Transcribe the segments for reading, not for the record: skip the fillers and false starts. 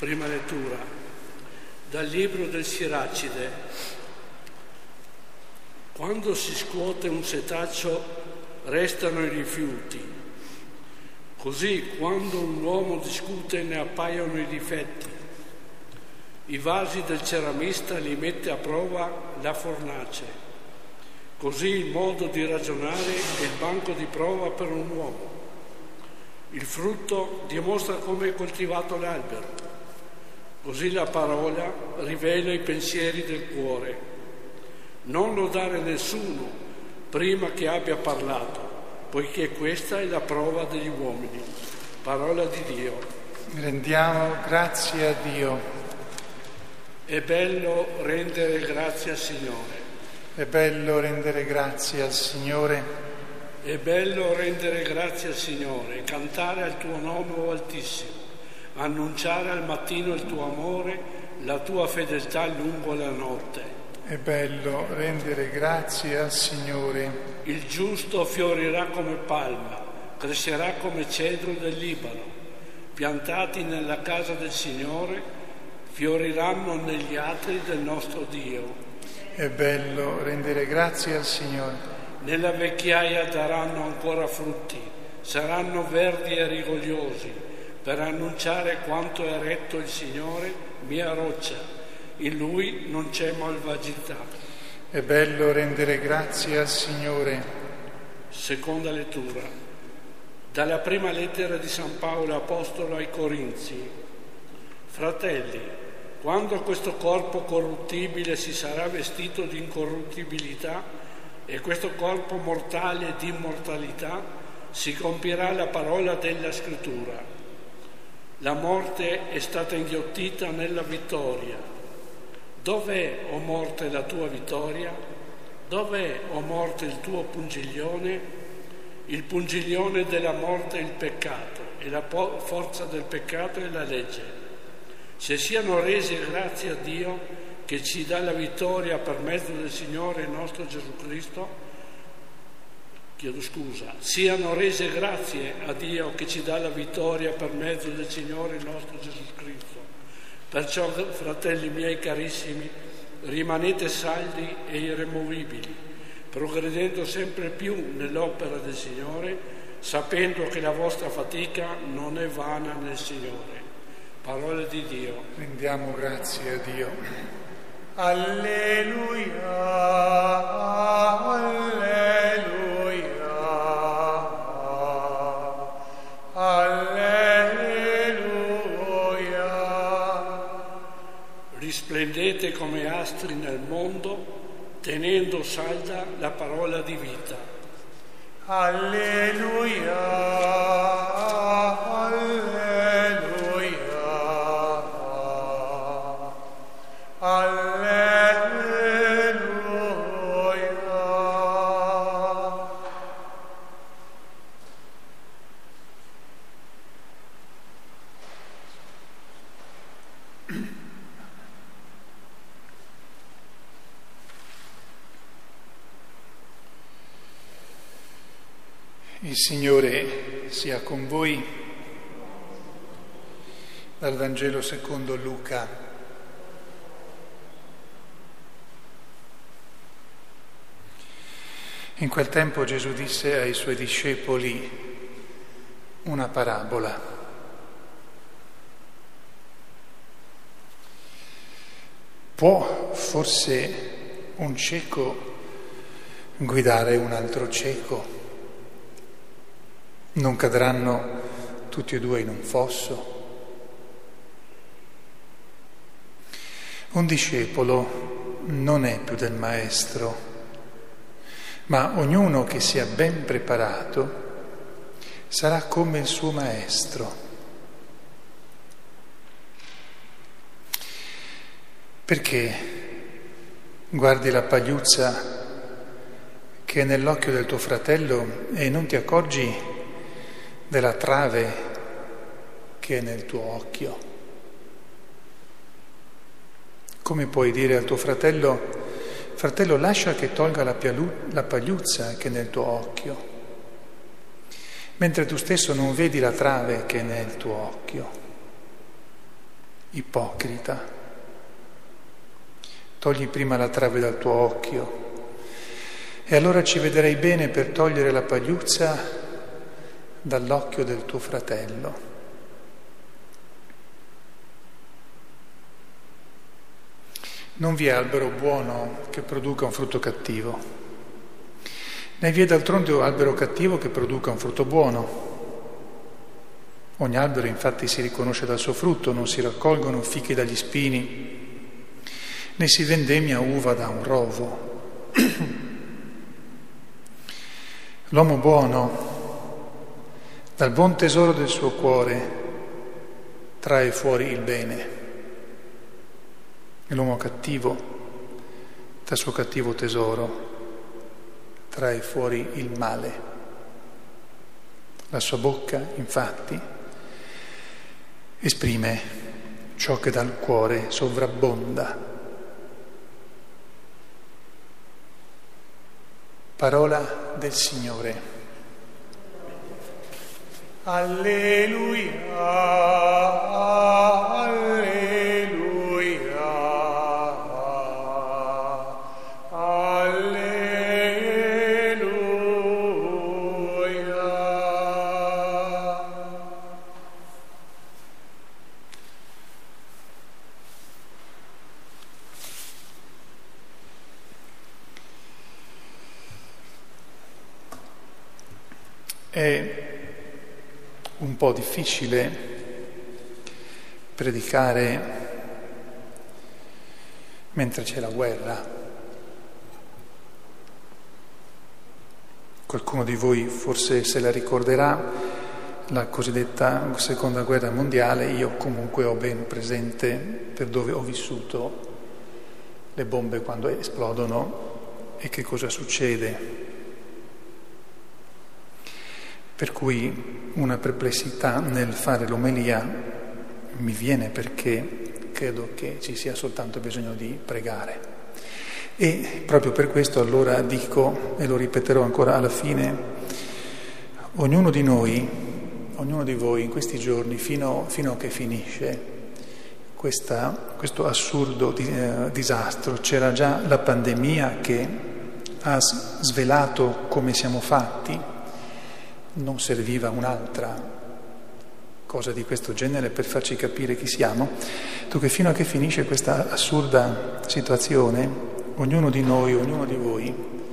Prima lettura dal libro del Siracide. Quando si scuote un setaccio restano i rifiuti, così quando un uomo discute ne appaiono i difetti. I vasi del ceramista li mette a prova la fornace, così il modo di ragionare è il banco di prova per un uomo. Il frutto dimostra come è coltivato l'albero. Così la parola rivela i pensieri del cuore. Non lodare nessuno prima che abbia parlato, poiché questa è la prova degli uomini. Parola di Dio. Rendiamo grazie a Dio. È bello rendere grazie al Signore. È bello rendere grazie al Signore. È bello rendere grazie al Signore, cantare al tuo nome, o Altissimo. Annunciare al mattino il tuo amore, la tua fedeltà lungo la notte. È bello rendere grazie al Signore. Il giusto fiorirà come palma, crescerà come cedro del Libano. Piantati nella casa del Signore, fioriranno negli atri del nostro Dio. È bello rendere grazie al Signore. Nella vecchiaia daranno ancora frutti, saranno verdi e rigogliosi, per annunciare quanto è retto il Signore, mia roccia. In Lui non c'è malvagità. È bello rendere grazie al Signore. Seconda lettura. Dalla prima lettera di San Paolo Apostolo ai Corinzi. Fratelli, quando questo corpo corruttibile si sarà vestito di incorruttibilità e questo corpo mortale di immortalità, si compirà la parola della Scrittura. La morte è stata inghiottita nella vittoria. Dov'è, o morte, la tua vittoria? Dov'è, o morte, il tuo pungiglione? Il pungiglione della morte è il peccato, e la forza del peccato è la legge. Se siano rese grazie a Dio che ci dà la vittoria per mezzo del Signore nostro Gesù Cristo, siano rese grazie a Dio che ci dà la vittoria per mezzo del Signore nostro Gesù Cristo. Perciò, fratelli miei carissimi, rimanete saldi e irremovibili, progredendo sempre più nell'opera del Signore, sapendo che la vostra fatica non è vana nel Signore. Parola di Dio. Rendiamo grazie a Dio. Alleluia, alleluia, alleluia. Risplendete come astri nel mondo, tenendo salda la parola di vita. Alleluia, alleluia, alleluia. Il Signore sia con voi. Dal Vangelo secondo Luca. In quel tempo Gesù disse ai suoi discepoli una parabola. Può forse un cieco guidare un altro cieco? Non cadranno tutti e due in un fosso? Un discepolo non è più del maestro, ma ognuno che sia ben preparato sarà come il suo maestro. Perché guardi la pagliuzza che è nell'occhio del tuo fratello e non ti accorgi della trave che è nel tuo occhio? Come puoi dire al tuo fratello: fratello, lascia che tolga la pagliuzza che è nel tuo occhio, mentre tu stesso non vedi la trave che è nel tuo occhio? ipocrita. Togli prima la trave dal tuo occhio e allora ci vedrai bene per togliere la pagliuzza dall'occhio del tuo fratello. Non vi è albero buono che produca un frutto cattivo, né vi è d'altronde albero cattivo che produca un frutto buono. Ogni albero infatti si riconosce dal suo frutto, non si raccolgono fichi dagli spini, né si vendemmia uva da un rovo. L'uomo buono, dal buon tesoro del suo cuore, trae fuori il bene. E l'uomo cattivo, dal suo cattivo tesoro, trae fuori il male. La sua bocca, infatti, esprime ciò che dal cuore sovrabbonda. Parola del Signore. Alleluia, alleluia. È un po' difficile predicare mentre c'è la guerra. Qualcuno di voi forse se la ricorderà, la cosiddetta Seconda Guerra Mondiale. Io comunque ho ben presente, per dove ho vissuto, le bombe quando esplodono e che cosa succede. Per cui una perplessità nel fare l'omelia mi viene perché credo che ci sia soltanto bisogno di pregare. E proprio per questo allora dico, e lo ripeterò ancora alla fine, ognuno di noi, ognuno di voi in questi giorni, fino a che finisce questo assurdo disastro, c'era già la pandemia che ha svelato come siamo fatti. Non serviva un'altra cosa di questo genere per farci capire chi siamo. Dunque, fino a che finisce questa assurda situazione, ognuno di noi, ognuno di voi,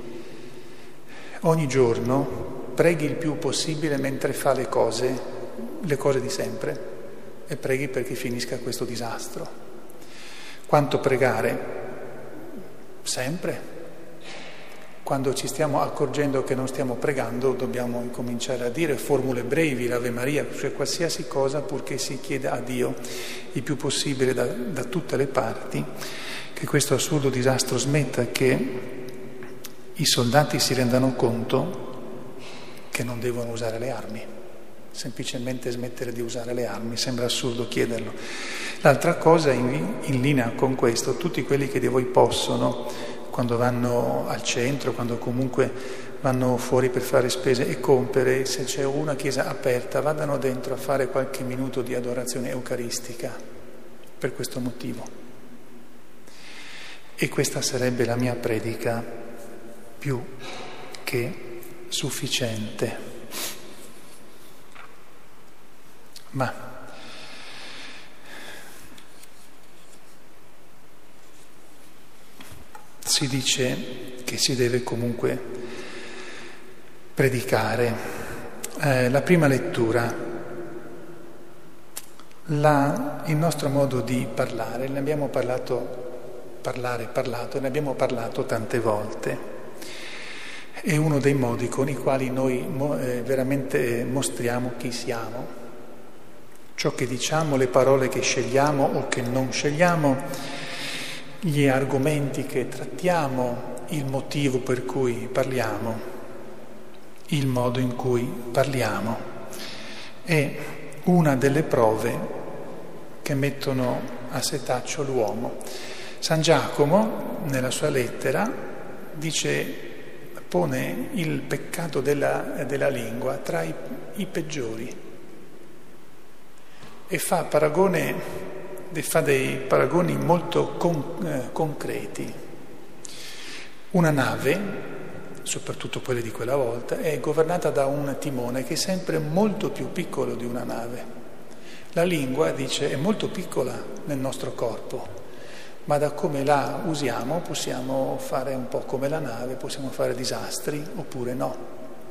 ogni giorno preghi il più possibile mentre fa le cose di sempre, e preghi perché finisca questo disastro. Quanto pregare? Sempre. Quando ci stiamo accorgendo che non stiamo pregando, dobbiamo incominciare a dire formule brevi, l'Ave Maria, cioè qualsiasi cosa, purché si chieda a Dio il più possibile da tutte le parti che questo assurdo disastro smetta, che i soldati si rendano conto che non devono usare le armi, semplicemente smettere di usare le armi. Sembra assurdo chiederlo. L'altra cosa, in linea con questo, tutti quelli che di voi possono, quando vanno al centro, quando comunque vanno fuori per fare spese e compere, se c'è una chiesa aperta, vadano dentro a fare qualche minuto di adorazione eucaristica, per questo motivo. E questa sarebbe la mia predica più che sufficiente. Ma si dice che si deve comunque predicare. La prima lettura, il nostro modo di parlare, ne abbiamo parlato tante volte. È uno dei modi con i quali noi veramente mostriamo chi siamo. Ciò che diciamo, le parole che scegliamo o che non scegliamo, gli argomenti che trattiamo, il motivo per cui parliamo, il modo in cui parliamo. È una delle prove che mettono a setaccio l'uomo. San Giacomo, nella sua lettera, pone il peccato della lingua tra i peggiori e fa paragone fa dei paragoni molto concreti. Una nave, soprattutto quelle di quella volta, è governata da un timone che è sempre molto più piccolo di una nave. La lingua, dice, è molto piccola nel nostro corpo, ma da come la usiamo possiamo fare un po' come la nave, possiamo fare disastri oppure no.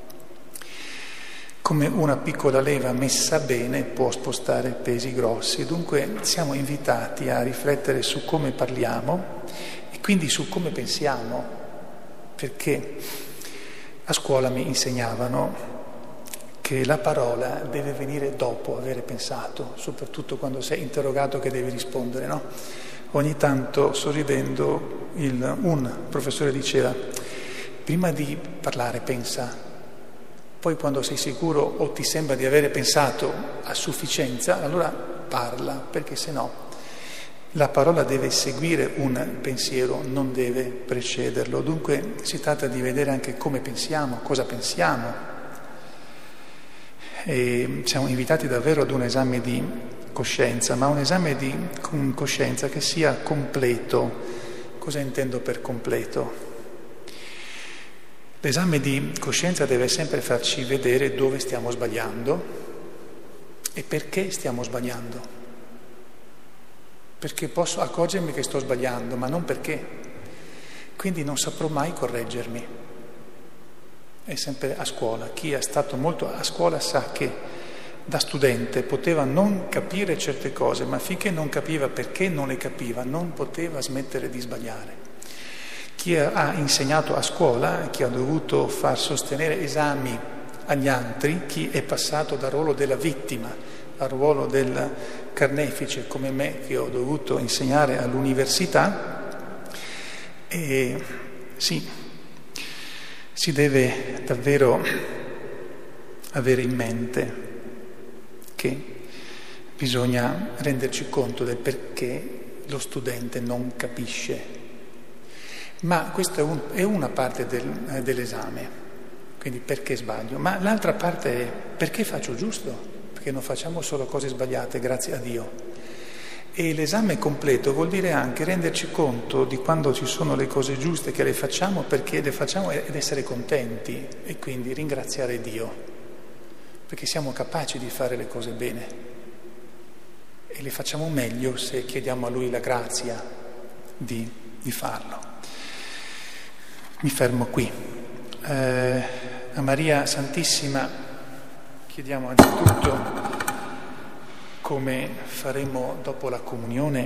Come una piccola leva messa bene può spostare pesi grossi. Dunque siamo invitati a riflettere su come parliamo e quindi su come pensiamo, perché a scuola mi insegnavano che la parola deve venire dopo avere pensato, soprattutto quando sei interrogato che devi rispondere, no? Ogni tanto, sorridendo, un professore diceva: prima di parlare pensa. Poi quando sei sicuro o ti sembra di avere pensato a sufficienza, allora parla, perché sennò la parola deve seguire un pensiero, non deve precederlo. Dunque si tratta di vedere anche come pensiamo, cosa pensiamo. E siamo invitati davvero ad un esame di coscienza, ma un esame di coscienza che sia completo. Cosa intendo per completo? L'esame di coscienza deve sempre farci vedere dove stiamo sbagliando e perché stiamo sbagliando. Perché posso accorgermi che sto sbagliando, ma non perché. Quindi non saprò mai correggermi. È sempre a scuola. Chi è stato molto a scuola sa che da studente poteva non capire certe cose, ma finché non capiva perché non le capiva, non poteva smettere di sbagliare. Chi ha insegnato a scuola, chi ha dovuto far sostenere esami agli altri, chi è passato dal ruolo della vittima al ruolo del carnefice come me, che ho dovuto insegnare all'università, e sì, si deve davvero avere in mente che bisogna renderci conto del perché lo studente non capisce. Ma questa è una parte dell'esame, quindi perché sbaglio, ma l'altra parte è perché faccio giusto, perché non facciamo solo cose sbagliate, grazie a Dio. E l'esame completo vuol dire anche renderci conto di quando ci sono le cose giuste, che le facciamo perché le facciamo ed essere contenti e quindi ringraziare Dio, perché siamo capaci di fare le cose bene e le facciamo meglio se chiediamo a Lui la grazia di farlo. Mi fermo qui. A Maria Santissima chiediamo anzitutto, come faremo dopo la comunione,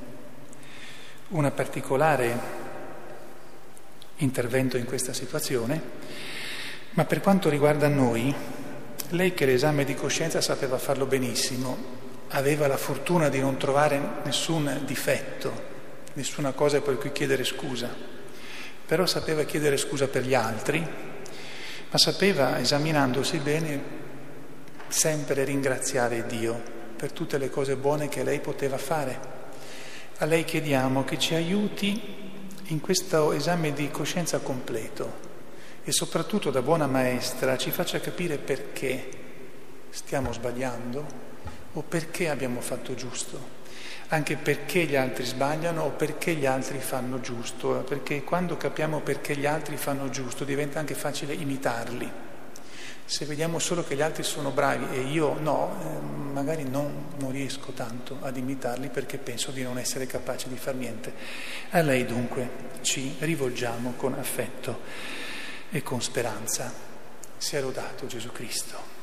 un particolare intervento in questa situazione, ma per quanto riguarda noi, lei che l'esame di coscienza sapeva farlo benissimo, aveva la fortuna di non trovare nessun difetto, nessuna cosa per cui chiedere scusa. Però sapeva chiedere scusa per gli altri, ma sapeva, esaminandosi bene, sempre ringraziare Dio per tutte le cose buone che lei poteva fare. A lei chiediamo che ci aiuti in questo esame di coscienza completo e soprattutto da buona maestra ci faccia capire perché stiamo sbagliando o perché abbiamo fatto giusto. Anche perché gli altri sbagliano o perché gli altri fanno giusto, perché quando capiamo perché gli altri fanno giusto diventa anche facile imitarli. Se vediamo solo che gli altri sono bravi e io no, magari non riesco tanto ad imitarli perché penso di non essere capace di far niente. A lei dunque ci rivolgiamo con affetto e con speranza. Sia lodato Gesù Cristo.